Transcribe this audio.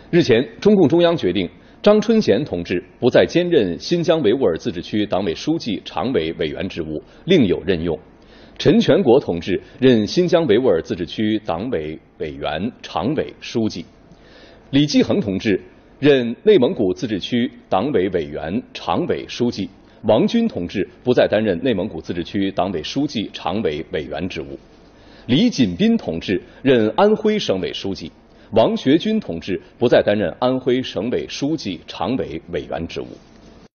日前，中共中央决定，张春贤同志不再兼任新疆维吾尔自治区党委书记、常委委员职务，另有任用；陈全国同志任新疆维吾尔自治区党委委员、常委、书记；李继恒同志任内蒙古自治区党委委员、常委、书记；王军同志不再担任内蒙古自治区党委书记、常委、委员职务；李锦斌同志任安徽省委书记。王学军同志不再担任安徽省委书记、常委、委员职务。